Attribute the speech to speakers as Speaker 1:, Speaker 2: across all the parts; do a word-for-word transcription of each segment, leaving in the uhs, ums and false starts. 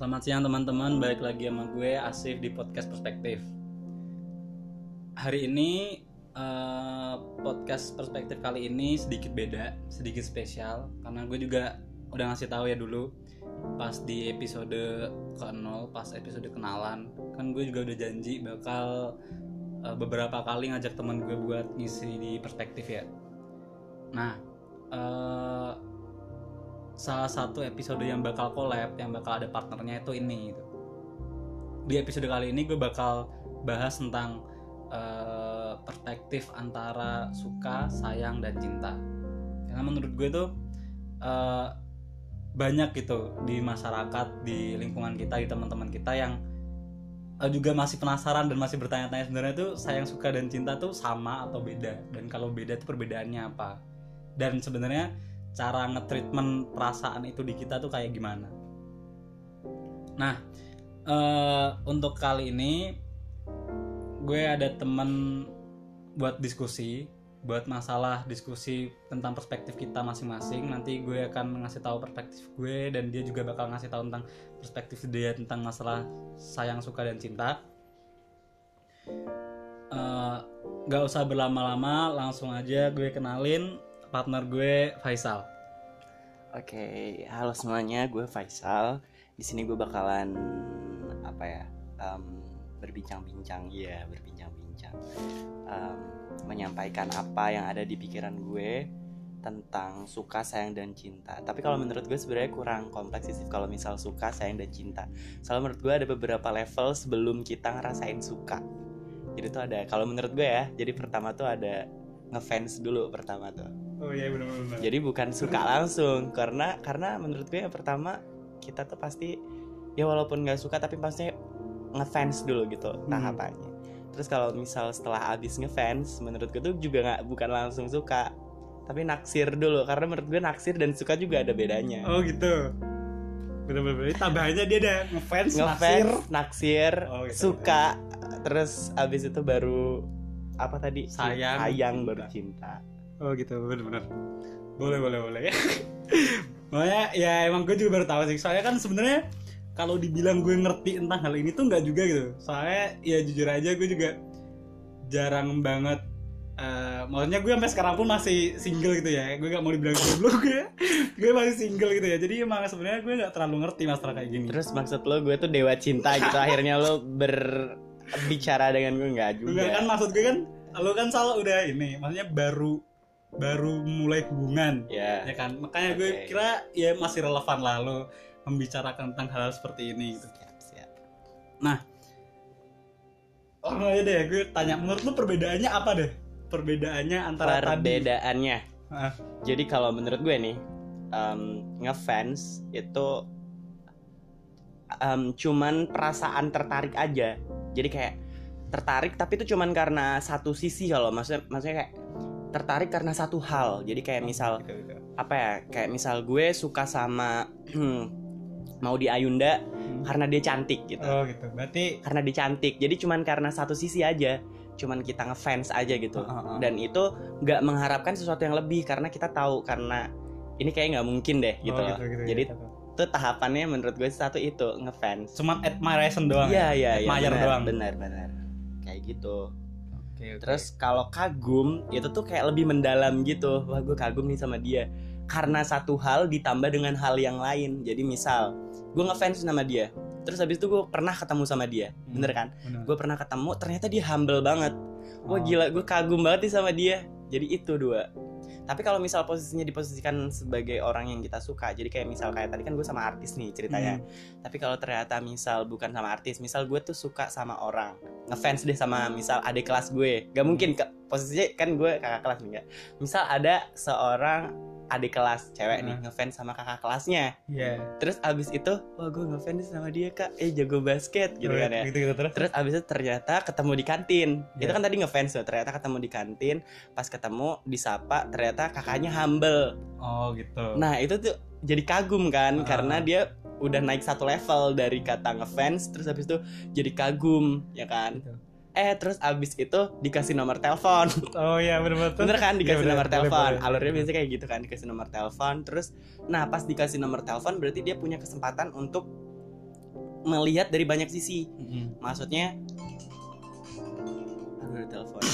Speaker 1: Selamat siang teman-teman, balik lagi sama gue Asif di podcast Perspektif. Hari ini uh, podcast Perspektif kali ini sedikit beda, sedikit spesial karena gue juga udah ngasih tahu ya dulu pas di episode ke nol, pas episode kenalan, kan gue juga udah janji bakal uh, beberapa kali ngajak teman gue buat ngisi di Perspektif ya. Nah, uh, salah satu episode yang bakal collab, yang bakal ada partnernya itu ini gitu. Di episode kali ini gue bakal bahas tentang uh, perspektif antara suka, sayang, dan cinta. Karena menurut gue tuh uh, banyak gitu di masyarakat, di lingkungan kita, di teman-teman kita yang uh, juga masih penasaran dan masih bertanya-tanya sebenarnya tuh sayang, suka, dan cinta tuh sama atau beda, dan kalau beda tuh perbedaannya apa, dan sebenarnya cara nge-treatment perasaan itu di kita tuh kayak gimana. Nah, uh, untuk kali ini gue ada temen buat diskusi, buat masalah diskusi tentang perspektif kita masing-masing. Nanti gue akan ngasih tahu perspektif gue dan dia juga bakal ngasih tahu tentang perspektif dia tentang masalah sayang, suka, dan cinta. Uh, gak usah berlama-lama, langsung aja gue kenalin partner gue, Faisal.
Speaker 2: Oke, halo semuanya, gue Faisal. Di sini gue bakalan apa ya, um, berbincang-bincang, ya berbincang-bincang, um, menyampaikan apa yang ada di pikiran gue tentang suka, sayang, dan cinta. Tapi kalau menurut gue sebenarnya kurang kompleks sih kalau misal suka, sayang, dan cinta. Soalnya menurut gue ada beberapa level sebelum kita ngerasain suka. Jadi tuh ada, kalau menurut gue ya, jadi pertama tuh ada ngefans dulu pertama tuh.
Speaker 1: Oh iya benar-benar.
Speaker 2: Jadi bukan suka langsung, karena karena menurut gue yang pertama kita tuh pasti ya walaupun nggak suka tapi pasti ngefans dulu gitu hmm. tahapannya. Terus kalau misal setelah abis ngefans, menurut gue tuh juga nggak bukan langsung suka, tapi naksir dulu, karena menurut gue naksir dan suka juga ada bedanya.
Speaker 1: Oh gitu. Benar-benar. Tambahannya dia ada ngefans,
Speaker 2: ngefans,
Speaker 1: naksir,
Speaker 2: naksir,
Speaker 1: oh, gitu,
Speaker 2: suka, bener. Terus abis itu baru apa tadi?
Speaker 1: Sayang,
Speaker 2: sayang baru cinta.
Speaker 1: Oh gitu, benar-benar. Boleh, boleh, boleh ya. Makanya ya emang gue juga baru tahu sih. Soalnya kan sebenarnya kalau dibilang gue ngerti tentang hal ini tuh nggak juga gitu. Soalnya ya jujur aja gue juga jarang banget. Uh, maksudnya gue sampai sekarang pun masih single gitu ya. Gue nggak mau dibilang jomblo gue. Gue masih single gitu ya. Jadi emang sebenarnya gue nggak terlalu ngerti masalah kayak gini.
Speaker 2: Terus maksud lo gue tuh dewa cinta gitu. Akhirnya lo berbicara dengan gue nggak juga.
Speaker 1: Enggak kan, maksud gue kan lo kan salah udah ini. Maksudnya baru baru mulai hubungan,
Speaker 2: yeah.
Speaker 1: ya kan, makanya okay. gue kira ya masih relevan lah lo membicarakan tentang hal seperti ini gitu.
Speaker 2: Siap, siap.
Speaker 1: Nah, oh ya deh, gue tanya, menurut lo perbedaannya apa deh? Perbedaannya antara
Speaker 2: perbedaannya.
Speaker 1: Tadi. Ah.
Speaker 2: Jadi kalau menurut gue nih, um, ngefans itu um, cuman perasaan tertarik aja. Jadi kayak tertarik, tapi itu cuman karena satu sisi. Kalau maksudnya, maksudnya kayak tertarik karena satu hal. Jadi kayak misal gitu, gitu. apa ya, kayak misal gue suka sama Maudy Ayunda hmm. karena dia cantik gitu.
Speaker 1: Oh gitu. Berarti
Speaker 2: karena dia cantik. Jadi cuman karena satu sisi aja, cuman kita ngefans aja gitu. Uh, uh, uh. Dan itu nggak mengharapkan sesuatu yang lebih, karena kita tahu karena ini kayak nggak mungkin deh gitu.
Speaker 1: Oh, gitu, gitu
Speaker 2: Jadi
Speaker 1: gitu.
Speaker 2: Itu tahapannya menurut gue satu itu ngefans.
Speaker 1: Cuman admiration doang.
Speaker 2: Iya iya iya.
Speaker 1: Admire doang.
Speaker 2: Benar benar. Kayak gitu.
Speaker 1: Okay, okay.
Speaker 2: Terus kalau kagum itu tuh kayak lebih mendalam gitu. Wah, gue kagum nih sama dia karena satu hal ditambah dengan hal yang lain. Jadi misal gue ngefans sama dia, terus habis itu gue pernah ketemu sama dia, hmm, bener kan? Gue pernah ketemu, ternyata dia humble banget. Wah oh. gila, gue kagum banget nih sama dia. Jadi itu dua. Tapi kalau misal posisinya diposisikan sebagai orang yang kita suka, jadi kayak misal kayak tadi kan gue sama artis nih ceritanya. Hmm. Tapi kalau ternyata misal bukan sama artis, misal gue tuh suka sama orang, ngefans deh sama misal adik kelas gue, gak mungkin ke, posisinya kan gue kakak kelas nih gak. Misal ada seorang adik kelas cewek uh. nih ngefans sama kakak kelasnya.
Speaker 1: Yeah.
Speaker 2: Terus abis itu, wah gue ngefans sama dia kak, eh jago basket gitu oh, kan ya.
Speaker 1: Gitu, gitu, terus.
Speaker 2: Terus abis itu ternyata ketemu di kantin. Yeah. Itu kan tadi ngefans tuh, ternyata ketemu di kantin. Pas ketemu disapa, ternyata kakaknya humble.
Speaker 1: Oh gitu.
Speaker 2: Nah itu tuh jadi kagum kan, uh. karena dia udah naik satu level dari kata ngefans, terus abis itu jadi kagum, ya kan. Gitu. Eh terus abis itu dikasih nomor telepon.
Speaker 1: Oh iya bener-bener.
Speaker 2: Bener kan dikasih
Speaker 1: ya,
Speaker 2: nomor telepon.
Speaker 1: Alurnya
Speaker 2: boleh. Biasanya kayak gitu kan, dikasih nomor telepon. Terus nah pas dikasih nomor telepon berarti dia punya kesempatan untuk melihat dari banyak sisi.
Speaker 1: Mm-hmm.
Speaker 2: Maksudnya aduh ada telepon.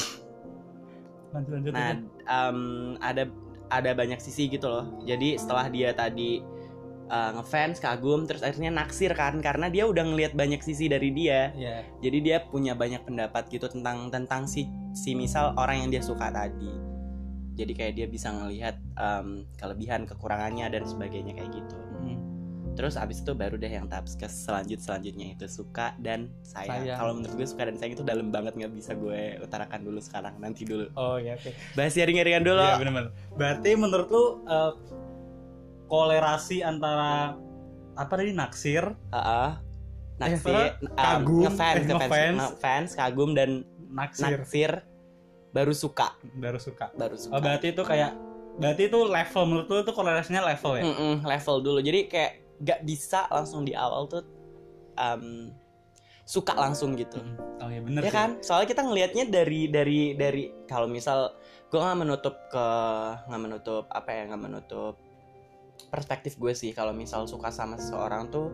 Speaker 1: Lanjut, lanjut,
Speaker 2: Nah, um, ada ada banyak sisi gitu loh. Jadi setelah dia tadi uh, ngefans, kagum, terus akhirnya naksir kan, karena dia udah ngelihat banyak sisi dari dia.
Speaker 1: Yeah.
Speaker 2: Jadi dia punya banyak pendapat gitu tentang tentang si si misal orang yang dia suka tadi. Jadi kayak dia bisa ngelihat um, kelebihan, kekurangannya dan sebagainya kayak gitu.
Speaker 1: Mm-hmm.
Speaker 2: Terus abis itu baru deh yang tahap ke selanjut selanjutnya itu suka dan sayang.
Speaker 1: Sayang.
Speaker 2: Kalau menurut gue suka dan sayang itu dalam banget, nggak bisa gue utarakan dulu sekarang, nanti dulu.
Speaker 1: Oh ya, oke. Okay.
Speaker 2: Bahas ringan-ringan dulu.
Speaker 1: Iya benar-benar. Berarti menurut lu uh, kolerasi antara apa tadi naksir,
Speaker 2: Heeh. Naksir,
Speaker 1: eh, kagum,
Speaker 2: ngefans,
Speaker 1: eh,
Speaker 2: ngefans,
Speaker 1: ngefans.
Speaker 2: ngefans, kagum dan
Speaker 1: naksir,
Speaker 2: naksir, baru suka,
Speaker 1: baru suka.
Speaker 2: baru suka.
Speaker 1: Oh berarti itu kayak, berarti itu level menurut lu itu kolerasinya level ya?
Speaker 2: Mm-mm, level dulu. Jadi kayak gak bisa langsung di awal tuh um, suka langsung gitu.
Speaker 1: Oh iya bener
Speaker 2: Ya
Speaker 1: sih.
Speaker 2: kan? Soalnya kita ngelihatnya dari dari dari kalau misal gue nggak menutup ke nggak menutup apa ya nggak menutup perspektif gue sih, kalau misal suka sama seseorang tuh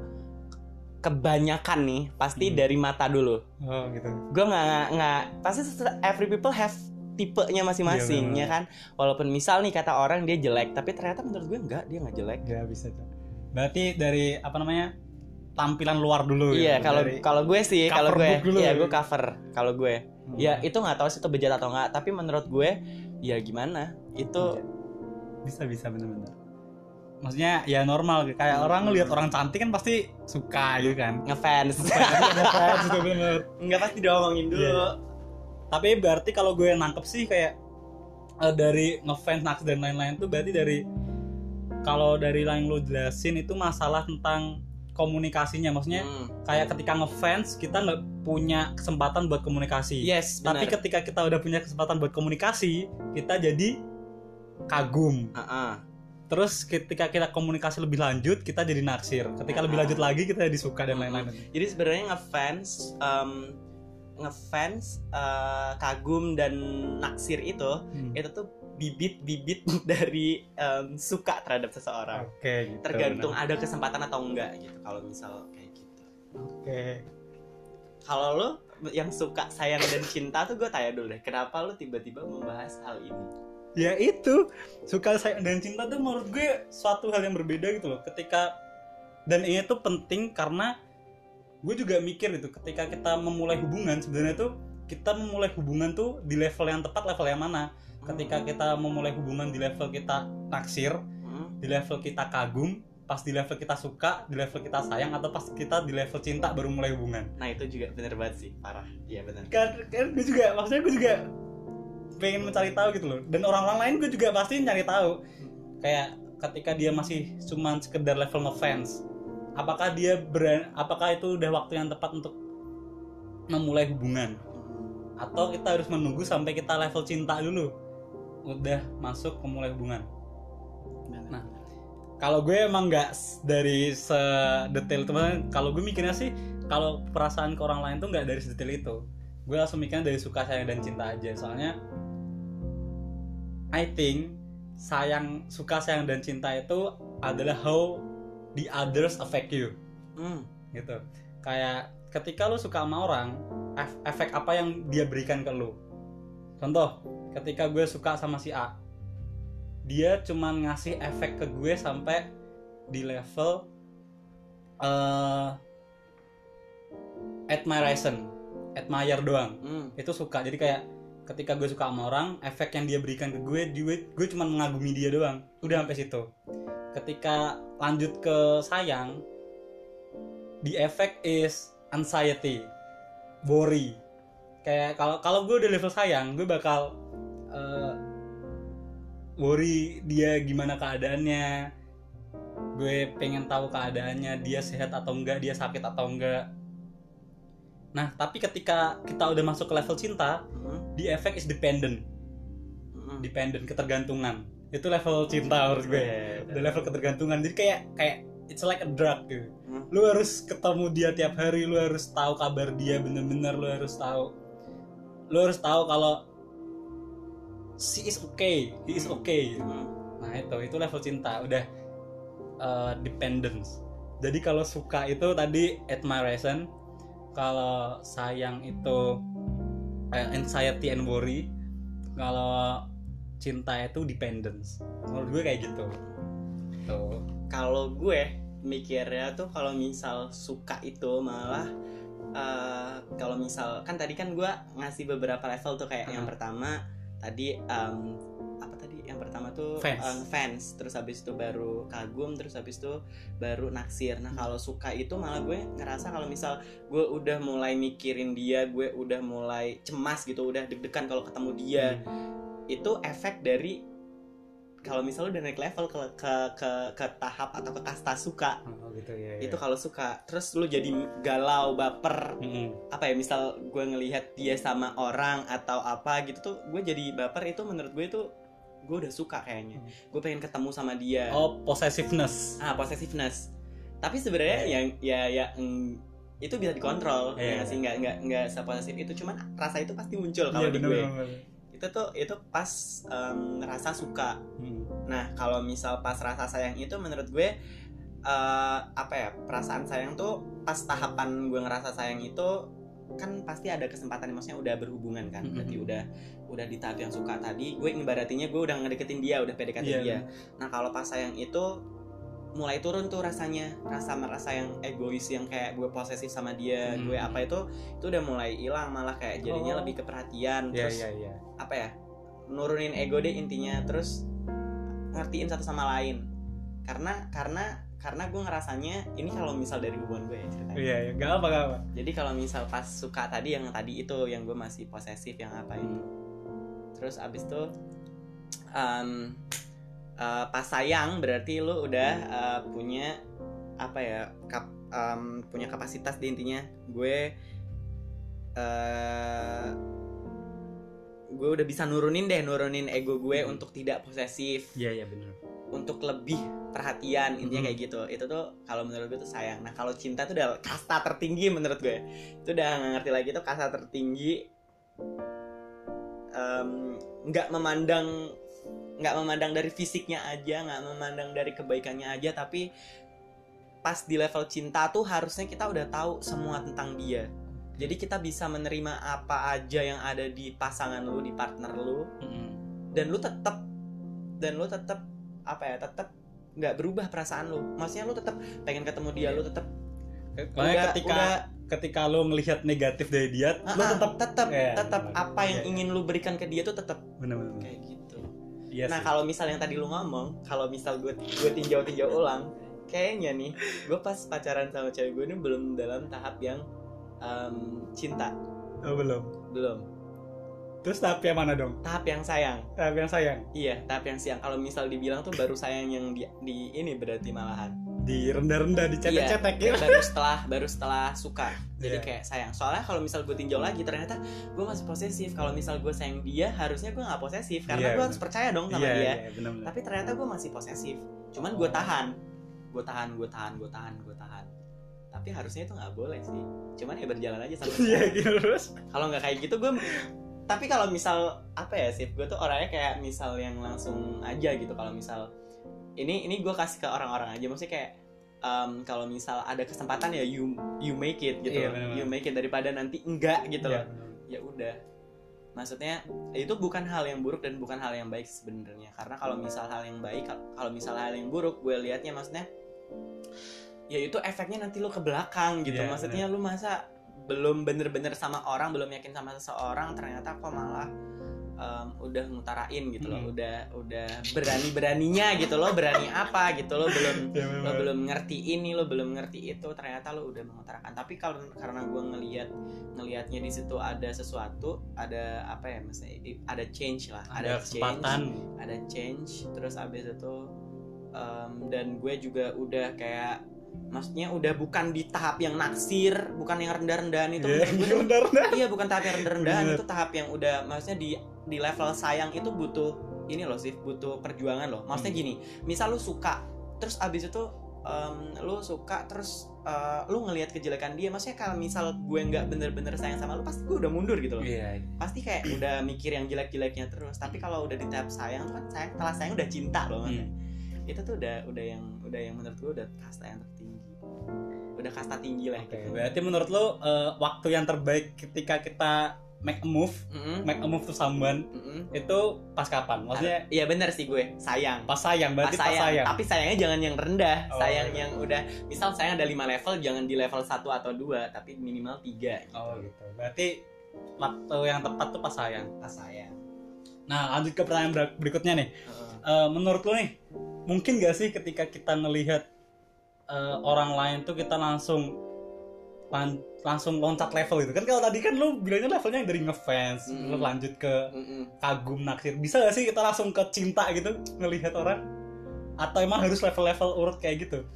Speaker 2: kebanyakan nih pasti
Speaker 1: Hmm.
Speaker 2: dari mata dulu.
Speaker 1: Oh gitu.
Speaker 2: Gue nggak nggak pasti every people have tipenya masing-masing,
Speaker 1: Iya,
Speaker 2: ya kan? Walaupun misal nih kata orang dia jelek, tapi ternyata menurut gue enggak, dia nggak jelek.
Speaker 1: Gak bisa tuh. Berarti dari apa namanya tampilan luar dulu.
Speaker 2: Iya,
Speaker 1: gitu.
Speaker 2: kalau
Speaker 1: Dari
Speaker 2: kalau gue sih,
Speaker 1: cover
Speaker 2: kalau gue,
Speaker 1: book dulu
Speaker 2: ya
Speaker 1: ya.
Speaker 2: gue cover. Kalau gue,
Speaker 1: Hmm.
Speaker 2: ya itu nggak tahu sih itu bejat atau nggak, tapi menurut gue, ya gimana? Itu
Speaker 1: bisa bisa bener-bener. Maksudnya ya normal kayak orang ngelihat orang cantik kan pasti suka gitu kan.
Speaker 2: ngefans.
Speaker 1: Ngefans itu bener.
Speaker 2: Nggak pasti diomongin dulu.
Speaker 1: Iya. Tapi berarti kalau gue nangkep sih kayak uh, dari ngefans, naksir dan lain-lain tuh berarti dari kalau dari yang lo jelasin itu masalah tentang komunikasinya. Maksudnya
Speaker 2: Hmm.
Speaker 1: kayak ketika ngefans kita nggak punya kesempatan buat komunikasi.
Speaker 2: Yes,
Speaker 1: Tapi
Speaker 2: benar.
Speaker 1: ketika kita udah punya kesempatan buat komunikasi, kita jadi kagum.
Speaker 2: Uh-uh.
Speaker 1: Terus ketika kita komunikasi lebih lanjut, kita jadi naksir. Ketika lebih lanjut lagi, kita jadi suka dan lain-lain.
Speaker 2: Jadi sebenarnya ngefans, um, ngefans, uh, kagum dan naksir itu,
Speaker 1: Hmm.
Speaker 2: itu tuh bibit-bibit dari um, suka terhadap seseorang.
Speaker 1: Oke, gitu.
Speaker 2: Tergantung ada kesempatan atau enggak gitu. Kalau misal kayak gitu.
Speaker 1: Oke.
Speaker 2: Kalau lo yang suka, sayang dan cinta tuh gue tanya dulu deh, kenapa lo tiba-tiba membahas hal ini?
Speaker 1: Ya itu, suka sayang dan cinta tuh menurut gue suatu hal yang berbeda gitu loh. Ketika dan ini tuh penting karena gue juga mikir gitu, ketika kita memulai hubungan sebenarnya tuh kita memulai hubungan tuh di level yang tepat, level yang mana? Ketika kita memulai hubungan di level kita naksir,
Speaker 2: Hmm.
Speaker 1: di level kita kagum, pas di level kita suka, di level kita sayang, atau pas kita di level cinta baru mulai hubungan.
Speaker 2: Nah itu juga bener banget sih, parah. Iya bener.
Speaker 1: Kan, kan gue juga, maksudnya gue juga pengen mencari tahu gitu loh. Dan orang-orang lain gue juga pasti nyari tahu. Kayak ketika dia masih cuman sekedar level ngefans, apakah dia beran, apakah itu udah waktu yang tepat untuk memulai hubungan? Atau kita harus menunggu sampai kita level cinta dulu, udah masuk memulai hubungan. Nah, kalau gue emang nggak dari sedetail itu. Kalau gue mikirnya sih, kalau perasaan ke orang lain tuh nggak dari sedetail itu. Gue langsung mikirnya dari suka, sayang dan cinta aja. Soalnya I think sayang, suka, sayang dan cinta itu adalah how the others affect you.
Speaker 2: Hmm.
Speaker 1: Gitu. Kayak ketika lu suka sama orang, ef- efek apa yang dia berikan ke lu. Contoh, ketika gue suka sama si A, dia cuman ngasih efek ke gue sampai di level uh, admiration, admire doang.
Speaker 2: Hmm.
Speaker 1: Itu suka. Jadi kayak ketika gue suka sama orang, efek yang dia berikan ke gue, gue, gue cuman mengagumi dia doang. Udah sampai situ. Ketika lanjut ke sayang, the effect is anxiety, worry. Kayak kalau kalau gue udah level sayang, gue bakal uh, worry dia gimana keadaannya. Gue pengen tahu keadaannya, dia sehat atau enggak, dia sakit atau enggak. Nah, tapi ketika kita udah masuk ke level cinta,
Speaker 2: Hmm.
Speaker 1: the effect is dependent.
Speaker 2: Hmm.
Speaker 1: Dependent, ketergantungan. Itu level cinta menurut gue. Udah level ketergantungan. Jadi kayak kayak it's like a drug gitu.
Speaker 2: Hmm.
Speaker 1: Lu harus ketemu dia tiap hari, lu harus tahu kabar dia bener-bener, lu harus tahu. Lu harus tahu kalau she is okay, he is okay.
Speaker 2: Hmm.
Speaker 1: Nah, itu itu level cinta, udah uh, dependence. Jadi kalau suka itu tadi admiration, kalau sayang itu eh, anxiety and worry, kalau cinta itu dependence. Menurut gue kayak gitu. Tuh.
Speaker 2: Kalau gue mikirnya tuh kalau misal suka itu malah uh, kalau misal kan tadi kan gue ngasih beberapa level tuh kayak uh-huh. yang pertama tadi um, apa tadi yang pertama tuh
Speaker 1: fans.
Speaker 2: Um, fans terus habis itu baru kagum terus habis itu baru naksir. Nah kalau suka itu malah gue ngerasa kalau misal gue udah mulai mikirin dia, gue udah mulai cemas gitu, udah deg-degan kalau ketemu dia, hmm. itu efek dari kalau misalnya udah naik level ke ke ke ke tahap atau ke kasta suka.
Speaker 1: Oh, gitu, ya, ya.
Speaker 2: Itu kalau suka terus lu jadi galau, baper.
Speaker 1: Mm-hmm.
Speaker 2: Apa ya, misal gue ngelihat dia sama orang atau apa gitu tuh gue jadi baper, itu menurut gue itu gue udah suka kayaknya. Mm. Gue pengen ketemu sama dia.
Speaker 1: Oh, possessiveness.
Speaker 2: Ah, possessiveness. Tapi sebenarnya yeah. yang ya ya mm, itu bisa dikontrol. Yeah. Ya sih nggak nggak nggak seposesif itu, cuman rasa itu pasti muncul kalau yeah, di gue. Bener. Itu tuh itu pas um, rasa suka. hmm. Nah kalau misal pas rasa sayang itu menurut gue uh, apa ya, perasaan sayang tuh pas tahapan gue ngerasa sayang itu kan pasti ada kesempatan, maksudnya udah berhubungan kan, hmm. berarti udah udah di tahap yang suka tadi. Gue ngebaratinya gue udah ngedeketin dia, udah P D K T yeah, dia. Nah kalau pas sayang itu mulai turun tuh rasanya, rasa merasa yang egois yang kayak gue posesif sama dia, hmm. gue apa itu itu udah mulai hilang, malah kayak jadinya oh. lebih ke perhatian,
Speaker 1: yeah,
Speaker 2: terus
Speaker 1: yeah, yeah.
Speaker 2: apa ya, nurunin ego deh intinya, terus ngertiin satu sama lain. Karena karena karena gue ngerasanya ini kalau misal dari hubungan gue ya ceritanya.
Speaker 1: Iya, iya, gak apa gak apa.
Speaker 2: Jadi kalau misal pas suka tadi yang tadi itu yang gue masih posesif yang apa itu, terus abis itu um, Uh, pas sayang berarti lu udah uh, punya apa ya kap, um, punya kapasitas di intinya. Gue uh, gue udah bisa nurunin deh nurunin ego gue hmm. untuk tidak posesif.
Speaker 1: Iya iya benar.
Speaker 2: Untuk lebih perhatian intinya hmm. kayak gitu. Itu tuh kalau menurut gue tuh sayang. Nah kalau cinta tuh udah kasta tertinggi menurut gue. Itu udah nggak ngerti lagi tuh kasta tertinggi. Um, nggak memandang nggak memandang dari fisiknya aja, nggak memandang dari kebaikannya aja, tapi pas di level cinta tuh harusnya kita udah tahu semua tentang dia. Jadi kita bisa menerima apa aja yang ada di pasangan lu, di partner lu, mm-hmm. dan lu tetap dan lu tetap apa ya, tetap nggak berubah perasaan lu. Maksudnya lu tetap pengen ketemu dia, lu tetap.
Speaker 1: Makanya ketika udah, ketika lu melihat negatif dari dia, uh-uh, lu tetap
Speaker 2: tetap
Speaker 1: ya,
Speaker 2: tetap apa yang ya, ingin lu berikan ke dia tuh tetap.
Speaker 1: Benar-benar.
Speaker 2: Kayak gitu.
Speaker 1: Yes,
Speaker 2: nah kalau misal yang tadi lu ngomong, kalau misal gue gue tinjau-tinjau ulang, kayaknya nih gue pas pacaran sama cewek gue ini belum dalam tahap yang um, cinta.
Speaker 1: Oh belum.
Speaker 2: Belum.
Speaker 1: Terus tahap yang mana dong?
Speaker 2: Tahap yang sayang.
Speaker 1: Tahap yang sayang.
Speaker 2: Iya, tahap yang sayang. Kalau misal dibilang tuh baru sayang yang di, di ini berarti malahan.
Speaker 1: Di rendah-rendah, dicetek-cetek
Speaker 2: iya,
Speaker 1: gitu.
Speaker 2: Baru setelah baru setelah suka. Jadi
Speaker 1: yeah.
Speaker 2: kayak sayang. Soalnya kalau misal gue tinjau lagi ternyata gue masih posesif. Kalau misal gue sayang dia, harusnya gue nggak posesif karena yeah, gue harus percaya dong sama
Speaker 1: yeah,
Speaker 2: dia.
Speaker 1: Yeah, bener-bener.
Speaker 2: Tapi ternyata gue masih posesif. Cuman gue tahan, gue tahan, gue tahan, gue tahan, gue tahan. Tapi harusnya itu nggak boleh sih. Cuman ya berjalan aja sampai.
Speaker 1: Iya gitu terus.
Speaker 2: Kalau nggak kayak gitu gue. Tapi kalau misal apa ya sih, gue tuh orangnya kayak misal yang langsung aja gitu. Kalau misal ini ini gue kasih ke orang-orang aja, maksudnya kayak um, kalau misal ada kesempatan ya you you make it gitu, iya, you make it daripada nanti enggak gitu iya, loh. Ya udah, maksudnya itu bukan hal yang buruk dan bukan hal yang baik sebenarnya. Karena kalau misal hal yang baik, kalau misal hal yang buruk, gue liatnya maksudnya ya itu efeknya nanti lo ke belakang gitu. Yeah, maksudnya bener. Lo masa belum bener-bener sama orang, belum yakin sama seseorang, ternyata kok malah um, udah ngutarain gitu loh, hmm. udah udah berani-beraninya gitu loh, berani apa gitu loh, belum ya, lo belum ngerti ini, lo belum ngerti itu, ternyata lo udah mengutarakan. Tapi kalau karena gue ngelihat ngelihatnya di situ ada sesuatu, ada apa ya, maksudnya ada change lah, ada,
Speaker 1: ada kesempatan,
Speaker 2: change, ada change, terus abis itu um, dan gue juga udah kayak maksudnya udah bukan di tahap yang naksir, bukan yang rendah-rendahan itu.
Speaker 1: Yeah,
Speaker 2: gue
Speaker 1: rendah-rendah.
Speaker 2: Iya, bukan tahap yang rendah-rendahan, itu tahap yang udah maksudnya di di level sayang itu butuh ini loh sih, butuh perjuangan loh. Maksudnya hmm. gini, misal lu suka, terus abis itu um, lu suka terus uh, lu ngelihat kejelekan dia, maksudnya kalau misal gue nggak bener-bener sayang sama lu, pasti gue udah mundur gitu loh.
Speaker 1: Yeah.
Speaker 2: Pasti kayak udah mikir yang jelek-jeleknya terus. Tapi kalau udah di tahap sayang kan sayang, setelah sayang udah cinta loh. Hmm. itu tuh udah udah yang udah yang menurut gue udah kasta yang tertinggi, udah kasta tinggi lah.
Speaker 1: Oke, berarti menurut lo uh, waktu yang terbaik ketika kita make a move,
Speaker 2: mm-hmm.
Speaker 1: make a move to someone,
Speaker 2: mm-hmm.
Speaker 1: itu pas kapan? Maksudnya?
Speaker 2: Iya benar sih gue, sayang.
Speaker 1: Pas sayang, berarti pas sayang.
Speaker 2: pas sayang. Tapi sayangnya jangan yang rendah,
Speaker 1: oh,
Speaker 2: sayang
Speaker 1: iya.
Speaker 2: yang udah, misal sayang ada lima level, jangan di level satu atau dua, tapi minimal tiga. Gitu.
Speaker 1: Oh gitu. Berarti waktu yang tepat tuh pas sayang.
Speaker 2: Pas sayang.
Speaker 1: Nah lanjut ke pertanyaan berikutnya nih.
Speaker 2: Uh-uh.
Speaker 1: Uh, menurut lo nih, mungkin gak sih ketika kita ngelihat uh, orang lain tuh kita langsung Lan, langsung loncat level gitu kan? Kalau tadi kan lu bilangnya levelnya dari ngefans, mm-hmm. lu lanjut ke mm-hmm. kagum, naksir. Bisa gak sih kita langsung ke cinta gitu ngelihat orang? Atau emang harus level-level urut kayak gitu?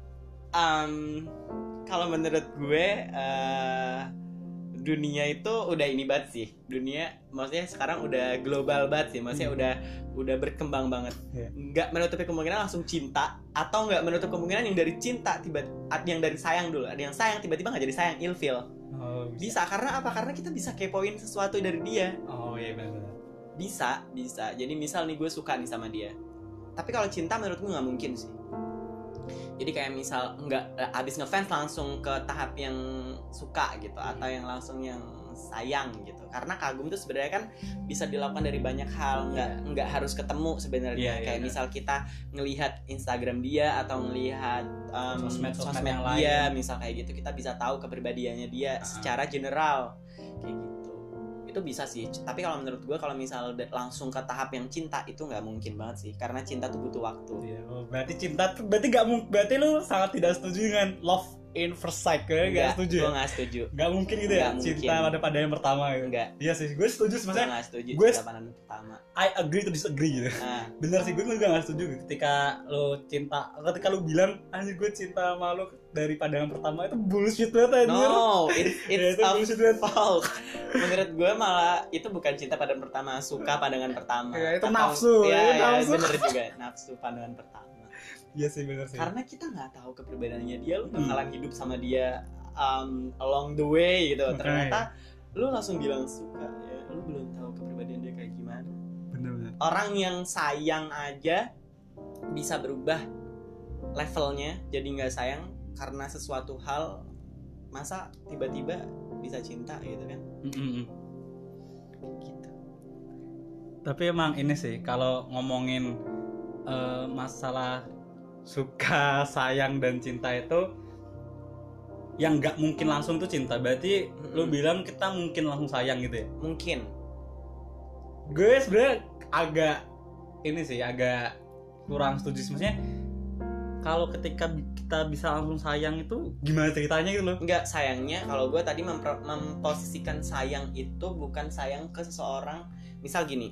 Speaker 2: Um, kalau menurut gue uh, dunia itu udah ini banget sih. Dunia maksudnya sekarang udah global banget sih. Maksudnya hmm. udah udah berkembang banget. Yeah. Nggak menutupi kemungkinan langsung cinta, atau nggak menutup kemungkinan yang dari cinta tiba yang dari sayang dulu. Ada yang sayang tiba-tiba nggak jadi sayang, ilfeel. Oh, bisa. bisa karena apa? Karena kita bisa kepoin sesuatu dari dia.
Speaker 1: Oh iya benar.
Speaker 2: Bisa, bisa. Jadi misal nih gue suka nih sama dia. Tapi kalau cinta menurut gue nggak mungkin sih. Jadi kayak misal nggak abis ngefans langsung ke tahap yang suka gitu, atau yang langsung yang sayang gitu. Karena kagum tuh sebenarnya kan bisa dilakukan dari banyak hal, nggak yeah. nggak harus ketemu sebenarnya. Yeah, kayak yeah, misal kita ngelihat Instagram dia atau ngelihat um, sosmed, sosmed yang dia, lain. Misal kayak gitu kita bisa tahu kepribadiannya dia uh-huh. secara general kayak gitu. Itu bisa sih. Tapi kalau menurut gue kalau misal langsung ke tahap yang cinta itu nggak mungkin banget sih, karena cinta tuh butuh waktu.
Speaker 1: Iya, oh, berarti cinta tuh berarti nggak mungkin. Berarti lu sangat tidak setuju dengan love in first sight, kan? Nggak setuju.
Speaker 2: Gue nggak setuju.
Speaker 1: Nggak mungkin gitu ya,
Speaker 2: gak
Speaker 1: cinta mungkin. pada pandangan pertama gitu.
Speaker 2: Nggak.
Speaker 1: Iya sih, gue setuju sebenarnya.
Speaker 2: Gue nggak setuju
Speaker 1: gue
Speaker 2: cinta pandangan pertama.
Speaker 1: I agree to disagree gitu. Nah. Bener sih, gue juga nggak setuju ketika lo cinta, ketika lo bilang anjir gue cinta sama lo dari pandangan pertama, itu bullshit banget anjir.
Speaker 2: No, it's it's ya, itu false. Menurut gue malah itu bukan cinta pandangan pertama, suka pandangan pertama.
Speaker 1: Ya, itu atau, nafsu.
Speaker 2: Ya,
Speaker 1: ya,
Speaker 2: ya
Speaker 1: nafsu.
Speaker 2: Bener juga, nafsu pandangan pertama.
Speaker 1: Iya sih bener sih.
Speaker 2: Karena kita nggak tahu kepribadiannya dia, lu bakalan hmm. hidup sama dia um, along the way gitu. Okay. Ternyata lu langsung bilang suka, ya lu belum tahu kepribadian dia kayak gimana.
Speaker 1: Bener-bener.
Speaker 2: Orang yang sayang aja bisa berubah levelnya jadi nggak sayang karena sesuatu hal, masa tiba-tiba bisa cinta gitu kan?
Speaker 1: Mm-hmm. Gitu. Tapi emang ini sih kalau ngomongin uh, masalah suka, sayang dan cinta itu yang nggak mungkin langsung tuh cinta. Berarti mm-hmm. lu bilang kita mungkin langsung sayang gitu ya?
Speaker 2: Mungkin.
Speaker 1: Gue sebenarnya agak ini sih agak kurang setuju. Maksudnya kalau ketika kita bisa langsung sayang itu gimana ceritanya gitu loh?
Speaker 2: Enggak, sayangnya kalau gue tadi mempro- memposisikan sayang itu bukan sayang ke seseorang. Misal gini,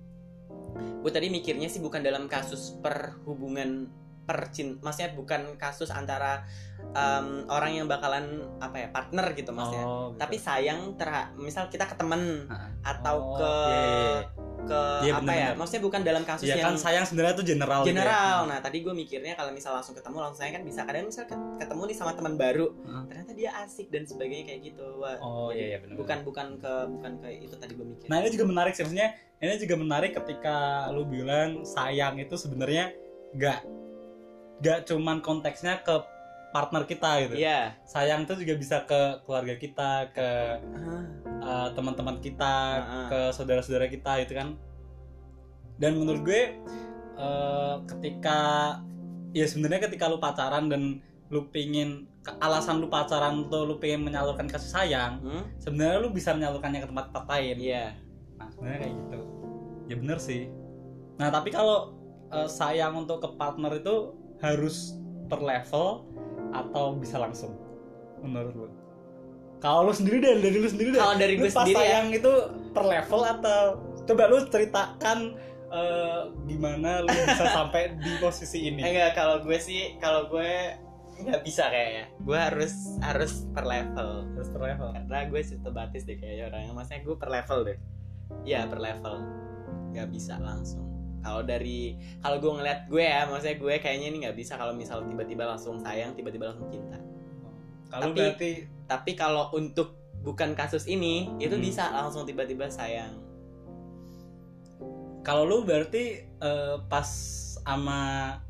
Speaker 2: gue tadi mikirnya sih bukan dalam kasus perhubungan percint, maksudnya bukan kasus antara um, orang yang bakalan apa ya partner gitu maksudnya. Oh, gitu. Tapi sayang terha- misal kita ke temen ha. atau oh, ke yeah. ke yeah, apa bener, ya? Maksudnya bukan dalam kasus
Speaker 1: ya,
Speaker 2: yang
Speaker 1: kan sayang sebenarnya tuh general.
Speaker 2: General.
Speaker 1: Gitu ya.
Speaker 2: Nah tadi gue mikirnya kalau misal langsung ketemu langsung sayang kan bisa. Kadang misal ketemu nih sama teman baru, huh? ternyata dia asik dan sebagainya kayak gitu. Wah,
Speaker 1: oh iya iya benar.
Speaker 2: Bukan bukan ke bukan ke itu tadi gue mikir.
Speaker 1: Nah ini juga menarik sih, maksudnya ini juga menarik ketika lu bilang sayang itu sebenarnya nggak nggak cuman konteksnya ke partner kita gitu.
Speaker 2: Iya. Yeah.
Speaker 1: Sayang tuh juga bisa ke keluarga kita, ke uh. Uh, teman-teman kita, uh-uh. ke saudara-saudara kita gitu kan. Dan menurut gue uh, ketika ya sebenarnya ketika lu pacaran dan lu pingin alasan lu pacaran tuh lu pengen menyalurkan kasih sayang, hmm? sebenarnya lu bisa menyalurkannya ke tempat-tempat lain.
Speaker 2: Iya. Yeah.
Speaker 1: Nah sebenarnya kayak gitu. Ya bener sih. Nah tapi kalau uh, sayang untuk ke partner itu harus per level atau bisa langsung menurut lu? Kalau lu sendiri deh, dari lu sendiri deh.
Speaker 2: Kalau dari gue sendiri
Speaker 1: sayang
Speaker 2: ya
Speaker 1: itu per level atau coba lu ceritakan uh, gimana lu bisa sampai di posisi ini?
Speaker 2: Enggak, kalau gue sih kalau gue nggak bisa kayaknya. Gue harus harus per level.
Speaker 1: Harus per level.
Speaker 2: Karena gue sistematis deh kayaknya orangnya. Maksudnya gue per level deh. Iya per level. Nggak bisa langsung. Kalau dari kalau gue ngeliat gue ya, maksudnya gue kayaknya ini nggak bisa kalau misal tiba-tiba langsung sayang, tiba-tiba langsung cinta.
Speaker 1: Kalau
Speaker 2: tapi,
Speaker 1: berarti
Speaker 2: tapi kalau untuk bukan kasus ini, itu hmm. bisa langsung tiba-tiba sayang.
Speaker 1: Kalau lu berarti uh, pas sama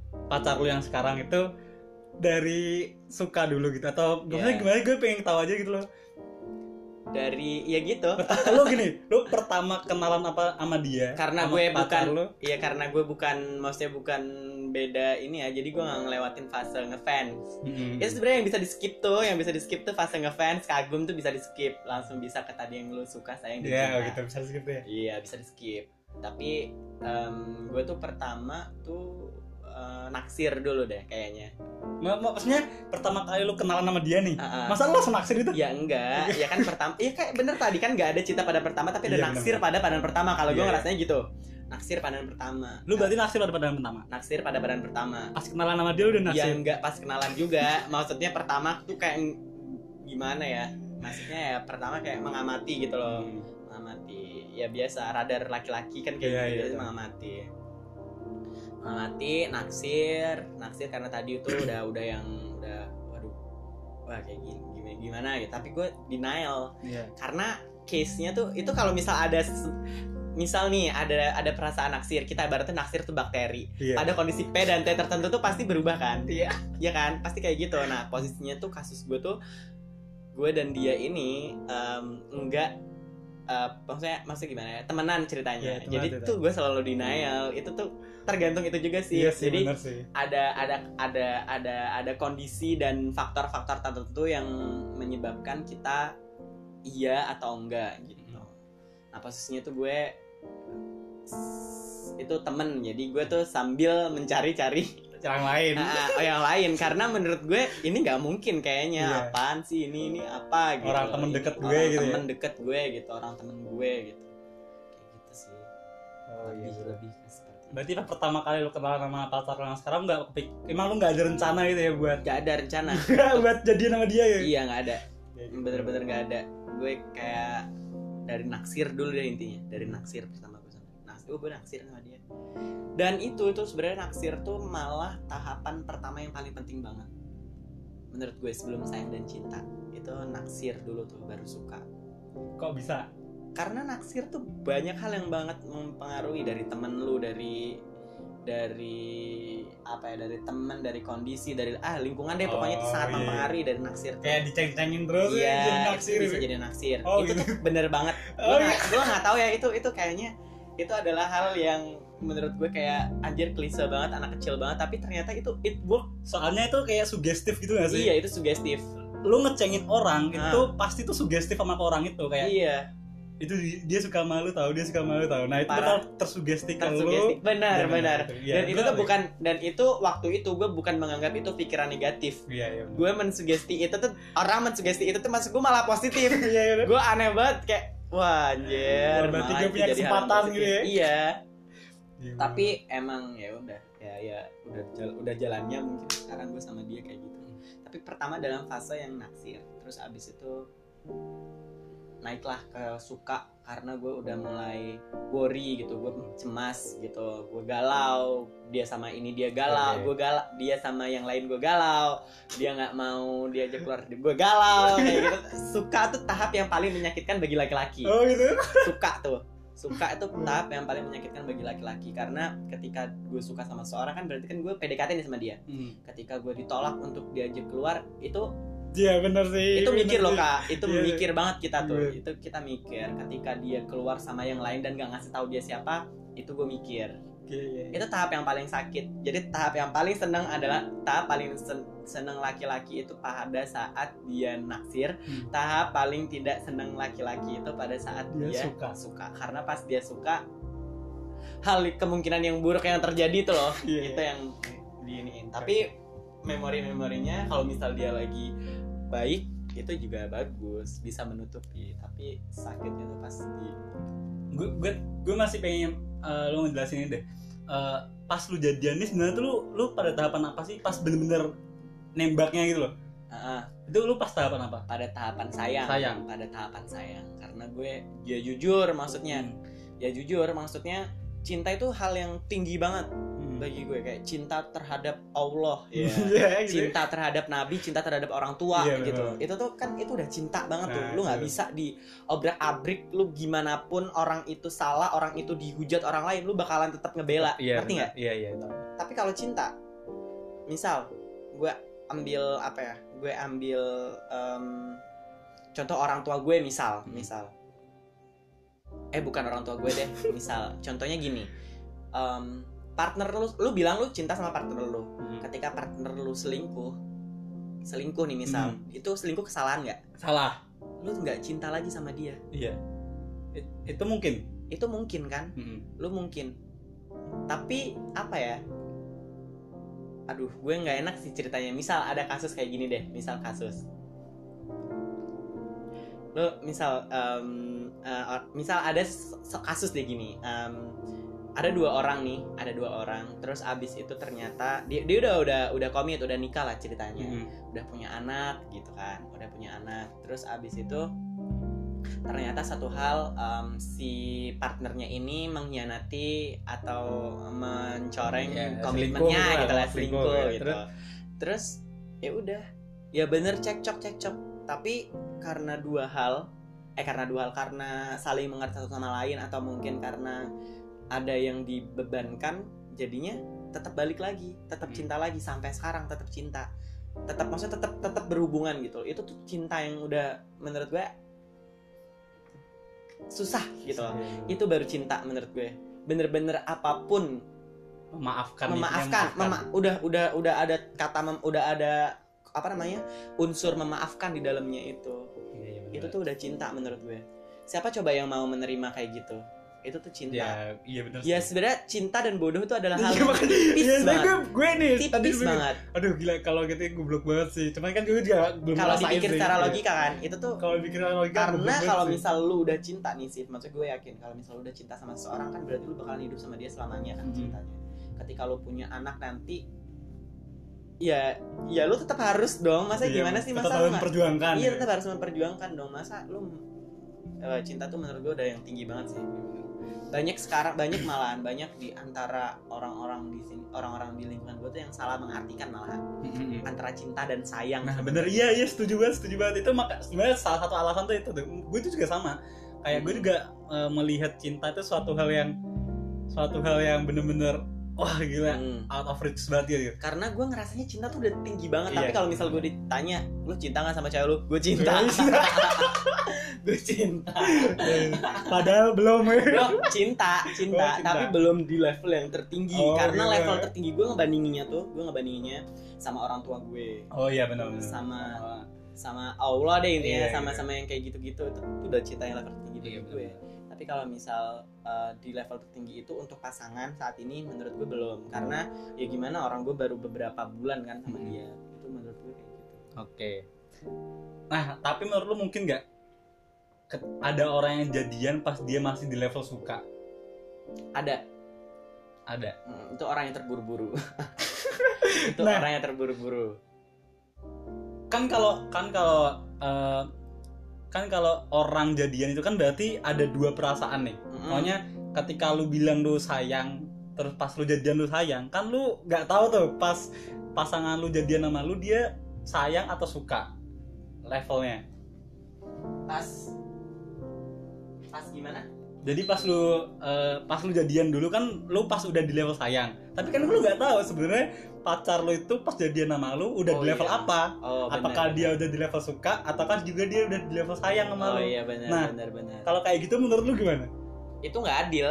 Speaker 1: pacar lu yang sekarang itu dari suka dulu gitu atau
Speaker 2: Yeah.
Speaker 1: gimana? Gue pengen tahu aja gitu loh.
Speaker 2: Dari ya gitu.
Speaker 1: Lu gini, lu pertama kenalan apa sama dia?
Speaker 2: Karena
Speaker 1: sama
Speaker 2: gue
Speaker 1: pacar
Speaker 2: bukan
Speaker 1: lu?
Speaker 2: Iya karena gue bukan maksudnya bukan beda ini ya. Jadi gue nggak ngelewatin fase ngefans.
Speaker 1: Mm-hmm.
Speaker 2: Itu sebenarnya yang bisa di skip tuh, yang bisa di skip tuh fase ngefans, kagum tuh bisa di skip, langsung bisa ke tadi yang lu suka sayang dan
Speaker 1: Iya,
Speaker 2: cinta.
Speaker 1: gitu bisa skip ya.
Speaker 2: Iya bisa di skip. Tapi em, gue tuh pertama tuh eh, naksir dulu deh kayaknya.
Speaker 1: Ma- maksudnya pertama kali lu kenalan sama dia nih.
Speaker 2: Uh-uh.
Speaker 1: Masa lu langsung naksir itu?
Speaker 2: Ya enggak, ya kan pertama, iya kayak bener tadi kan nggak ada cinta pada pertama, tapi ada
Speaker 1: Iya,
Speaker 2: naksir
Speaker 1: bener.
Speaker 2: pada pandangan pertama. Kalau gue
Speaker 1: Iya,
Speaker 2: ngerasanya gitu, naksir pandangan pertama.
Speaker 1: Lu berarti naksir pada pandangan pertama.
Speaker 2: Naksir pada pandangan pertama.
Speaker 1: Pas kenalan sama dia lu udah
Speaker 2: Ya
Speaker 1: naksir.
Speaker 2: enggak pas kenalan juga, maksudnya pertama tuh kayak gimana ya? Maksudnya ya pertama kayak mengamati gitu loh,
Speaker 1: Hmm.
Speaker 2: mengamati. Ya biasa radar laki-laki kan kayak
Speaker 1: Iya,
Speaker 2: gitu,
Speaker 1: iya,
Speaker 2: biasa
Speaker 1: iya.
Speaker 2: mengamati. Mengamati, naksir, naksir karena tadi itu udah udah yang udah waduh, wah kayak gini gimana, gimana gitu. Tapi gue denial.
Speaker 1: Iya.
Speaker 2: Karena case-nya tuh itu kalau misal ada misal nih ada ada perasaan naksir, kita ibaratnya naksir tuh bakteri.
Speaker 1: Iya.
Speaker 2: Pada kondisi P dan T tertentu tuh pasti berubah kan? Iya. Iya kan? Pasti kayak gitu. Nah, posisinya tuh kasus gue tuh gue dan dia ini em, enggak eh, maksudnya maksudnya gimana ya? Temenan ceritanya.
Speaker 1: Iya, temenan
Speaker 2: Jadi
Speaker 1: ceritanya.
Speaker 2: tuh gue selalu denial. Itu tuh tergantung itu juga sih.
Speaker 1: Iya sih,
Speaker 2: Jadi
Speaker 1: bener sih.
Speaker 2: ada ada ada ada ada kondisi dan faktor-faktor tertentu yang menyebabkan kita iya atau enggak gitu. Nah posisinya tuh gue itu temen, jadi gue tuh sambil mencari-cari
Speaker 1: Yang lain.
Speaker 2: nah, oh yang lain karena menurut gue ini nggak mungkin kayaknya.
Speaker 1: Iya.
Speaker 2: Apaan sih ini ini apa gitu.
Speaker 1: Orang temen
Speaker 2: Ini
Speaker 1: deket gue
Speaker 2: orang
Speaker 1: gitu ya.
Speaker 2: temen deket gue gitu, orang temen gue gitu. Kayak gitu sih.
Speaker 1: Oh iya.
Speaker 2: lebih
Speaker 1: Bro.
Speaker 2: lebih ke seperti itu.
Speaker 1: Berarti pas pertama kali lu kenalan sama pacar lu yang sekarang nggak kepik, emang lu nggak ada rencana gitu ya buat
Speaker 2: Gak ada rencana.
Speaker 1: buat jadian sama dia ya?
Speaker 2: Iya nggak ada.
Speaker 1: Ya gitu.
Speaker 2: Bener-bener nggak ada. Gue kayak dari naksir dulu deh intinya, dari naksir pertama gue sama naksir, oh, gue naksir sama dia. Dan itu itu sebenarnya naksir tuh malah tahapan pertama yang paling penting banget menurut gue sebelum sayang dan cinta. Itu naksir dulu tuh baru suka.
Speaker 1: Kok bisa?
Speaker 2: Karena naksir tuh banyak hal yang banget mempengaruhi, dari temen lu, dari dari apa ya, dari temen, dari kondisi, dari ah lingkungan deh, pokoknya itu
Speaker 1: Oh,
Speaker 2: sangat
Speaker 1: iya.
Speaker 2: mempengaruhi dari naksir tuh.
Speaker 1: Kayak diceng-cengin terus ya,
Speaker 2: Iya,
Speaker 1: jadi
Speaker 2: itu
Speaker 1: naksir
Speaker 2: bisa
Speaker 1: gitu.
Speaker 2: jadi naksir.
Speaker 1: Oh,
Speaker 2: itu
Speaker 1: gitu.
Speaker 2: tuh bener banget.
Speaker 1: Oh,
Speaker 2: Gue
Speaker 1: iya.
Speaker 2: nggak, gue nggak tahu ya itu itu kayaknya itu adalah hal yang menurut gue kayak anjir klise banget, anak kecil banget, tapi ternyata itu it work.
Speaker 1: Soalnya itu kayak sugestif gitu gak sih?
Speaker 2: Iya, itu sugestif.
Speaker 1: Lu ngecengin orang
Speaker 2: Nah.
Speaker 1: itu pasti tuh sugestif sama ke orang itu kayak
Speaker 2: Iya,
Speaker 1: itu di- dia suka malu tahu, dia suka malu tahu. Nah, itu
Speaker 2: Parah.
Speaker 1: bakal tersugesti ke lu.
Speaker 2: tersugestif. Benar,
Speaker 1: Iya,
Speaker 2: benar.
Speaker 1: Iya,
Speaker 2: Dan itu
Speaker 1: benar.
Speaker 2: tuh bukan, dan itu waktu itu gue bukan menganggap itu pikiran negatif.
Speaker 1: Iya, iya. benar.
Speaker 2: Gue mensugesti itu tuh, orang mensugesti itu tuh masuk gue malah positif.
Speaker 1: Iya, iya.
Speaker 2: Gue aneh banget kayak wah anjir,
Speaker 1: Oh, berarti
Speaker 2: malah
Speaker 1: dia
Speaker 2: itu
Speaker 1: punya
Speaker 2: jadi hal
Speaker 1: kesempatan
Speaker 2: positif.
Speaker 1: gitu ya?
Speaker 2: Iya.
Speaker 1: Iya,
Speaker 2: Tapi emang ya udah, ya ya udah jal- udah jalannya mungkin sekarang gue sama dia kayak gitu. Tapi pertama dalam fase yang naksir, terus abis itu naiklah ke suka karena gue udah mulai worry gitu, gue cemas gitu, gue galau, dia sama ini dia galau,
Speaker 1: Oke.
Speaker 2: gue galau, dia sama yang lain gue galau, dia nggak mau diajak keluar, gue galau kayak gitu. Suka tuh tahap yang paling menyakitkan bagi laki-laki.
Speaker 1: Oh, gitu.
Speaker 2: Suka tuh suka itu tahap yang paling menyakitkan bagi laki-laki, karena ketika gue suka sama seorang kan berarti kan gue P D K T nih sama dia.
Speaker 1: Hmm.
Speaker 2: Ketika gue ditolak untuk diajak keluar, itu
Speaker 1: Iya, benar sih.
Speaker 2: itu
Speaker 1: benar
Speaker 2: mikir loh
Speaker 1: sih.
Speaker 2: kak, itu
Speaker 1: Iya.
Speaker 2: mikir banget kita tuh.
Speaker 1: Iya.
Speaker 2: Itu kita mikir ketika dia keluar sama yang lain dan gak ngasih tahu dia siapa, itu gue mikir.
Speaker 1: Iya, iya.
Speaker 2: Itu tahap yang paling sakit. Jadi tahap yang paling seneng adalah tahap paling sen- seneng laki-laki itu pada saat dia naksir.
Speaker 1: Hmm.
Speaker 2: Tahap paling tidak seneng laki-laki itu pada saat
Speaker 1: Dia
Speaker 2: dia,
Speaker 1: suka.
Speaker 2: suka. Karena pas dia suka, hal kemungkinan yang buruk yang terjadi tuh loh,
Speaker 1: Iya,
Speaker 2: itu
Speaker 1: iya.
Speaker 2: yang diiniin. Tapi memori-memorinya kalau misal dia lagi baik itu juga bagus, bisa menutupi. Tapi sakitnya tuh pas di
Speaker 1: gue gue gue masih pengen uh, lu ngejelasin ini deh. Uh, pas lu jadian nih sebenarnya tuh lu lu pada tahapan apa sih pas bener-bener nembaknya gitu loh?
Speaker 2: Ah, ah,
Speaker 1: Itu lu pas tahapan apa?
Speaker 2: pada tahapan sayang,
Speaker 1: Sayang.
Speaker 2: pada tahapan sayang. Karena gue ya jujur maksudnya,
Speaker 1: Hmm.
Speaker 2: ya jujur maksudnya cinta itu hal yang tinggi banget
Speaker 1: Hmm.
Speaker 2: bagi gue, kayak cinta terhadap Allah ya.
Speaker 1: Iya, gitu.
Speaker 2: Cinta terhadap nabi, cinta terhadap orang tua
Speaker 1: Iya,
Speaker 2: gitu.
Speaker 1: benar.
Speaker 2: Itu tuh kan itu udah cinta banget tuh.
Speaker 1: Nah,
Speaker 2: Lu nggak
Speaker 1: itu.
Speaker 2: bisa diobrak-abrik, lu gimana pun orang itu salah, orang itu dihujat orang lain, lu bakalan tetap ngebela.
Speaker 1: Iya,
Speaker 2: Ngerti nggak?
Speaker 1: benar. Iya, iya. tahu.
Speaker 2: Tapi kalau cinta, misal gue ambil apa ya, gue ambil um, contoh orang tua gue misal hmm. misal eh bukan orang tua gue deh misal contohnya gini, um, partner lu lu bilang lu cinta sama partner lu, hmm. ketika partner lu selingkuh selingkuh nih misal, hmm. itu selingkuh kesalahan nggak?
Speaker 1: Salah.
Speaker 2: Lu nggak cinta lagi sama dia.
Speaker 1: Iya. It, itu mungkin.
Speaker 2: Itu mungkin kan? Hmm. Lu mungkin. Tapi apa ya? Aduh, gue nggak enak sih ceritanya. Misal ada kasus kayak gini deh. Misal kasus. Lu misal, um, uh, misal ada kasus deh gini. Um, ada dua orang nih, ada dua orang. Terus abis itu ternyata dia, dia udah udah udah komit, udah nikah lah ceritanya. Mm-hmm. Udah punya anak gitu kan, udah punya anak. Terus abis itu ternyata satu hal, um, si partnernya ini mengkhianati atau mencoreng ya, komitmennya gitu, gitu lah, selingkuh, selingkuh gitu. Terus, terus ya udah, ya bener cekcok cekcok. Tapi karena dua hal, eh karena dua hal karena saling mengerti satu sama lain atau mungkin karena ada yang dibebankan, jadinya tetap balik lagi, tetap cinta lagi sampai sekarang, tetap cinta, tetap maksudnya tetap tetap berhubungan gitu. Itu tuh cinta yang udah menurut gue susah gitu loh. Itu baru cinta menurut gue. Bener-bener apapun
Speaker 1: memaafkan,
Speaker 2: memaafkan, mema- udah udah udah ada kata mem- udah ada apa namanya unsur memaafkan di dalamnya itu. Iya, iya, itu tuh udah cinta menurut gue. Siapa coba yang mau menerima kayak gitu? Itu tuh cinta.
Speaker 1: Ya, iya benar.
Speaker 2: Ya sebenarnya cinta dan bodoh itu adalah hal yang tipis
Speaker 1: ya,
Speaker 2: banget.
Speaker 1: Gue, gue nih,
Speaker 2: tipis banget.
Speaker 1: Aduh gila, kalau gitu goblok banget sih. Cuman kan gue juga belum
Speaker 2: kalau
Speaker 1: ngerasain
Speaker 2: dipikir
Speaker 1: sih,
Speaker 2: secara
Speaker 1: ya.
Speaker 2: logika kan, itu tuh
Speaker 1: kalau dipikir secara logika
Speaker 2: karena kalau misal lu udah cinta nih sih, maksud gue yakin kalau misal lu udah cinta sama seseorang kan berarti lu bakalan hidup sama dia selamanya kan, hmm. ceritanya. Ketika lu punya anak nanti, ya ya lu tetap harus dong. Masa iya, gimana sih, masa
Speaker 1: tetap harus memperjuangkan.
Speaker 2: Iya, tetap harus memperjuangkan dong. Masa lu uh, cinta tuh menurut gue udah yang tinggi banget sih. Banyak sekarang, banyak malahan banyak di antara orang-orang di sini, orang-orang di lingkungan gue tuh yang salah mengartikan malahan mm-hmm. antara cinta dan sayang. Nah
Speaker 1: bener, iya iya setuju banget setuju banget itu. Maka sebenarnya salah satu alasan tuh itu tuh gue itu juga sama kayak mm-hmm. gue juga uh, melihat cinta itu suatu hal yang suatu hal yang bener-bener wah gila, hmm. out of reach banget gitu.
Speaker 2: Karena gue ngerasanya cinta tuh udah tinggi banget. Iya. Tapi kalau misal gue ditanya, lu cinta gak sama cewek lu? Gue cinta. Gue cinta.
Speaker 1: Padahal belum ya.
Speaker 2: cinta, cinta, oh, cinta, tapi belum di level yang tertinggi. Oh, karena iya. level tertinggi gue ngebandinginnya tuh, gue ngebandinginnya sama orang tua gue.
Speaker 1: Oh iya benar.
Speaker 2: Sama oh. sama Allah deh intinya, iya, sama-sama iya. yang kayak gitu-gitu. Itu, itu udah cinta yang level tertinggi iya, gue. Tapi kalau misal uh, di level tertinggi itu untuk pasangan saat ini menurut gue belum, karena ya gimana orang gue baru beberapa bulan kan sama dia, itu menurut gue kayak gitu.
Speaker 1: Oke. Nah tapi menurut lu mungkin nggak ada orang yang jadian pas dia masih di level suka?
Speaker 2: Ada.
Speaker 1: Ada.
Speaker 2: Hmm, itu orang yang terburu-buru. Itu nah, orang yang terburu-buru.
Speaker 1: Kan kalau kan kalau uh, kan kalau orang jadian itu kan berarti ada dua perasaan nih. Mm-hmm. Makanya ketika lu bilang lu sayang, terus pas lu jadian lu sayang, kan lu nggak tahu tuh pas pasangan lu jadian sama lu dia sayang atau suka levelnya.
Speaker 2: Pas pas gimana?
Speaker 1: Jadi pas lu uh, pas lu jadian dulu kan lu pas udah di level sayang. Tapi kan lu nggak tahu sebenarnya pacar lu itu pas jadian sama lu udah oh, di level iya. apa? Oh, bener, apakah bener. dia udah di level suka ataukah juga dia udah di level sayang sama
Speaker 2: oh,
Speaker 1: lu?
Speaker 2: Oh iya benar
Speaker 1: nah,
Speaker 2: benar benar.
Speaker 1: Kalau kayak gitu menurut lu gimana?
Speaker 2: Itu nggak adil.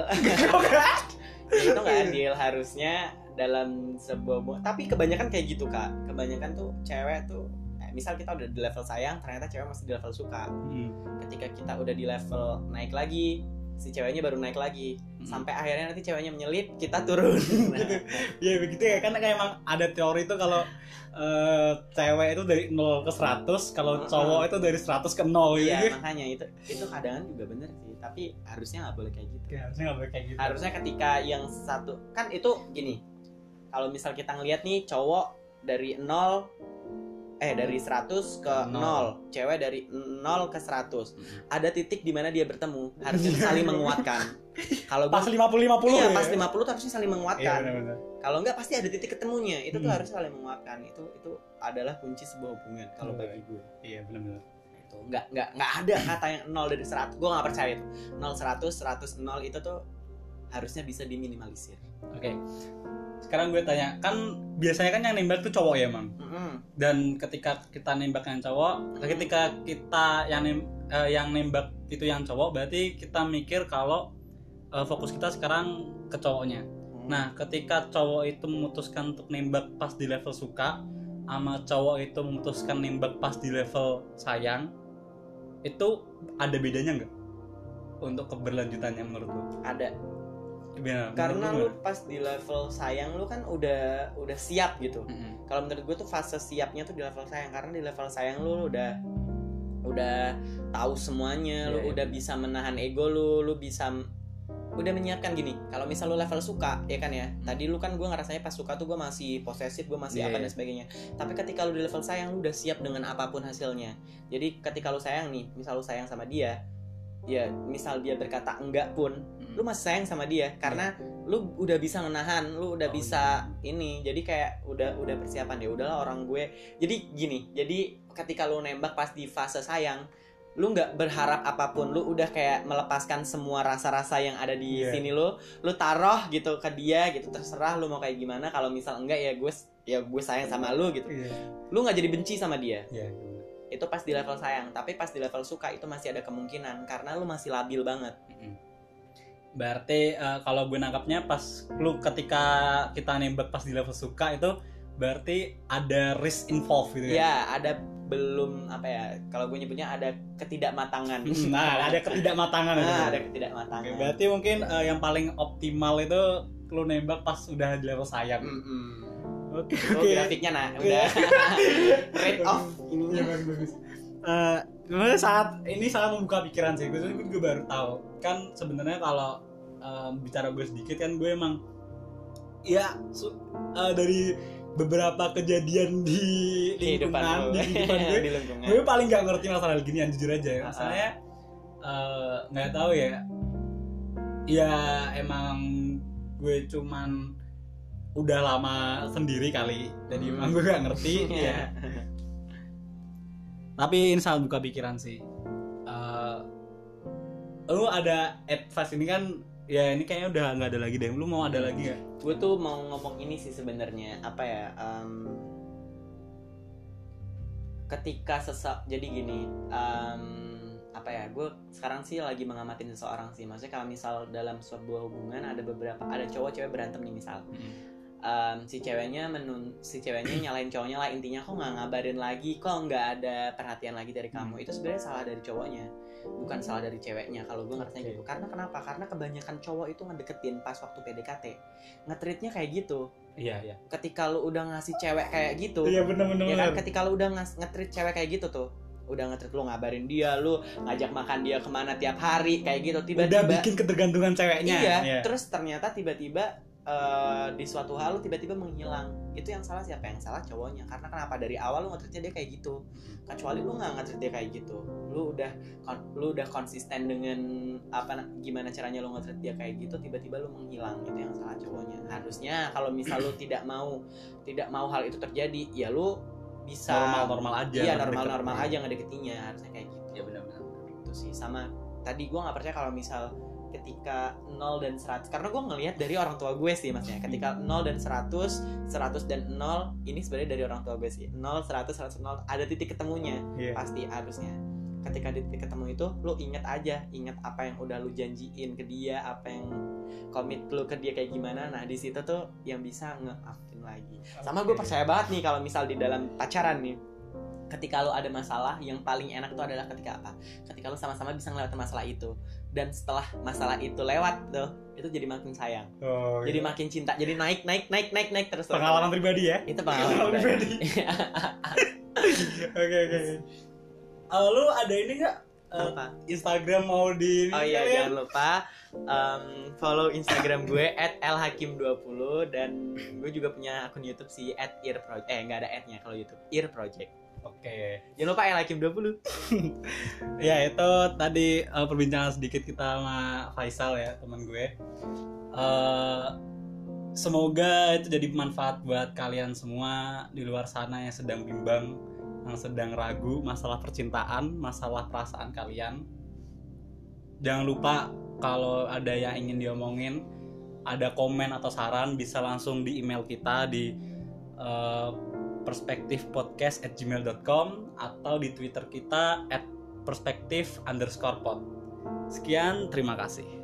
Speaker 2: Itu nggak adil, harusnya dalam sebuah, tapi kebanyakan kayak gitu Kak. Kebanyakan tuh cewek tuh misal kita udah di level sayang, ternyata cewek masih di level suka. Hmm. Ketika kita udah di level naik lagi, si ceweknya baru naik lagi, hmm. sampai akhirnya nanti ceweknya menyelip, kita turun.
Speaker 1: Ya begitu ya, kan kayak emang ada teori itu kalau uh, cewek itu dari nol ke seratus, kalau uh-huh. cowok itu dari seratus ke nol.
Speaker 2: Iya, gitu. Makanya itu itu kadang juga bener sih, tapi harusnya nggak boleh kayak gitu.
Speaker 1: Ya, harusnya nggak boleh kayak gitu.
Speaker 2: Harusnya ketika yang satu, kan itu gini, kalau misal kita ngeliat nih cowok dari nol eh dari seratus ke nol, cewek dari nol ke seratus. Mm-hmm. Ada titik di mana dia bertemu, harusnya saling menguatkan. Kalau
Speaker 1: pas lima puluh lima puluh
Speaker 2: iya,
Speaker 1: ya?
Speaker 2: pas lima puluh tuh harusnya saling menguatkan.
Speaker 1: Iya,
Speaker 2: kalau enggak pasti ada titik ketemunya. Itu hmm. tuh harus saling menguatkan. Itu itu adalah kunci sebuah hubungan kalau oh, bagi gue.
Speaker 1: Iya, benar-benar.
Speaker 2: Itu enggak enggak enggak ada kata yang nol dari seratus. Gue enggak percaya itu. nol seratus, seratus nol itu tuh harusnya bisa diminimalisir.
Speaker 1: Oke. Okay. sekarang gue tanya, kan biasanya kan yang nembak tuh cowok ya, Mang.
Speaker 2: Mm-hmm.
Speaker 1: Dan ketika kita nembak yang cowok, ketika kita yang nem, uh, yang nembak itu yang cowok, berarti kita mikir kalau uh, fokus kita sekarang ke cowoknya. Mm. Nah, ketika cowok itu memutuskan untuk nembak pas di level suka, sama cowok itu memutuskan nembak pas di level sayang, itu ada bedanya nggak untuk keberlanjutannya menurut lu?
Speaker 2: Ada.
Speaker 1: Ya,
Speaker 2: karena lu pas di level sayang lu kan udah udah siap gitu. Mm-hmm. Kalau menurut gue tuh fase siapnya tuh di level sayang, karena di level sayang lu, lu udah udah tahu semuanya, yeah, lu yeah. udah bisa menahan ego lu, lu bisa udah menyiapkan gini. Kalau misal lu level suka, ya kan ya. Mm-hmm. Tadi lu kan gue ngerasanya pas suka tuh gue masih posesif, gue masih yeah, apa dan sebagainya. Tapi ketika lu di level sayang, lu udah siap dengan apapun hasilnya. Jadi ketika lu sayang nih, misal lu sayang sama dia, ya misal dia berkata enggak pun, hmm. lu masih sayang sama dia karena yeah. lu udah bisa menahan, lu udah oh, bisa yeah. ini. Jadi kayak udah udah persiapan, ya udahlah orang gue. Jadi gini, jadi ketika lu nembak pas di fase sayang, lu nggak berharap apapun, lu udah kayak melepaskan semua rasa-rasa yang ada di yeah. sini lu, lu taruh gitu ke dia gitu, terserah lu mau kayak gimana. Kalau misal enggak, ya gue ya gue sayang sama lu gitu. Yeah. Lu nggak jadi benci sama dia. Yeah. Itu pas di level sayang. Tapi pas di level suka itu masih ada kemungkinan karena lu masih labil banget.
Speaker 1: Berarti uh, kalau gue nangkapnya pas lu ketika kita nembak pas di level suka itu berarti ada risk involved gitu ya?
Speaker 2: Ya, ada belum apa ya? Kalau gue nyebutnya ada ketidakmatangan.
Speaker 1: Nah, ada ketidakmatangan.
Speaker 2: Nah, ada ketidakmatangan.
Speaker 1: Oke, berarti mungkin uh, yang paling optimal itu lu nembak pas udah di level sayang.
Speaker 2: Mm-hmm.
Speaker 1: Oke,
Speaker 2: okay, okay. Grafiknya nah udah rate off ininya
Speaker 1: bagus. Uh, saat ini sangat membuka pikiran sih. Gue gue baru tahu. Kan sebenarnya kalau uh, bicara gue sedikit kan gue emang ya su- uh, dari beberapa kejadian di lingkungan di kehidupan gue, di gue paling nggak ngerti masalah gini, yang jujur aja. Masalahnya nggak uh, tahu ya. Ya emang gue cuman udah lama sendiri kali, jadi hmm. emang gue gak ngerti ya. Tapi ini sangat buka pikiran sih. Uh, lu ada advice ini kan, ya ini kayaknya udah nggak ada lagi deh. Lu mau ada lagi gak?
Speaker 2: Gue tuh mau ngomong ini sih sebenarnya, apa ya? Um, ketika sesak, jadi gini. Um, apa ya, gue sekarang sih lagi mengamatin seseorang sih. Maksudnya kalau misal dalam sebuah hubungan ada beberapa, ada cowok cewek berantem nih misal. Hmm. Um, si ceweknya menun si ceweknya nyalain cowoknya lah, intinya kok nggak ngabarin lagi, kok nggak ada perhatian lagi dari kamu. Itu sebenarnya salah dari cowoknya, bukan salah dari ceweknya. Kalau gue ngerasanya okay. gitu. Karena kenapa? Karena kebanyakan cowok itu ngedeketin pas waktu P D K T, nge-treatnya kayak gitu.
Speaker 1: Iya iya.
Speaker 2: Ketika lu udah ngasih cewek kayak gitu,
Speaker 1: iya benar-benar.
Speaker 2: Ya kan, ketika lu udah ngas- nge-treat cewek kayak gitu tuh, udah nge-treat lu, ngabarin dia, lu ngajak makan dia kemana tiap hari kayak gitu, tiba-tiba
Speaker 1: udah bikin ketergantungan ceweknya.
Speaker 2: Iya. Yeah. Terus ternyata tiba-tiba Uh, di suatu hal lu tiba-tiba menghilang. Itu yang salah siapa? Yang salah cowoknya. Karena kenapa? Dari awal lu nge-treatnya dia kayak gitu. Kecuali lu nggak nge-treat dia kayak gitu, lu udah lu udah konsisten dengan apa gimana caranya lu nge-treat dia kayak gitu, tiba-tiba lu menghilang. Itu yang salah cowoknya. Harusnya kalau misal lu tidak mau tidak mau hal itu terjadi, ya lu bisa
Speaker 1: normal-normal aja.
Speaker 2: Iya, normal-normal aja ngedeketinya. Harusnya kayak gitu.
Speaker 1: Ya benar-benar.
Speaker 2: Itu sih. Sama tadi gue nggak percaya kalau misal ketika nol dan seratus, karena gue ngelihat dari orang tua gue sih maksudnya, ketika nol dan seratus, seratus dan nol, ini sebenarnya dari orang tua gue sih. Nol, seratus, seratus, nol, ada titik ketemunya. Yeah. Pasti harusnya. Ketika di titik ketemu itu, lu ingat aja, ingat apa yang udah lu janjiin ke dia, apa yang komit lu ke dia kayak gimana. Nah, di situ tuh yang bisa nge-upin lagi. Sama gue percaya banget nih kalau misal di dalam pacaran nih, ketika lu ada masalah, yang paling enak tuh adalah ketika apa? Ketika lu sama-sama bisa ngelewatin masalah itu. Dan setelah masalah itu lewat tuh, itu jadi makin sayang. Oh, jadi iya. makin cinta, jadi naik naik naik naik naik terus.
Speaker 1: Pengalaman pribadi ya?
Speaker 2: Itu pengalaman pribadi.
Speaker 1: Oke oke. Lu ada ini nggak? Uh, Instagram mau di?
Speaker 2: Oh iya, jangan lupa um, follow Instagram gue at l hakim dua puluh, dan gue juga punya akun YouTube sih at ear project. Eh nggak ada ad-nya kalau YouTube, ear project.
Speaker 1: Oke,
Speaker 2: jangan lupa l hakim dua puluh.
Speaker 1: Ya itu tadi uh, perbincangan sedikit kita sama Faisal ya, teman gue. Uh, semoga itu jadi bermanfaat buat kalian semua di luar sana yang sedang bimbang, yang sedang ragu masalah percintaan, masalah perasaan kalian. Jangan lupa kalau ada yang ingin diomongin ada komen atau saran bisa langsung di email kita di uh, perspektifpodcast at gmail dot com atau di Twitter kita at perspektif underscore pod. Sekian, terima kasih.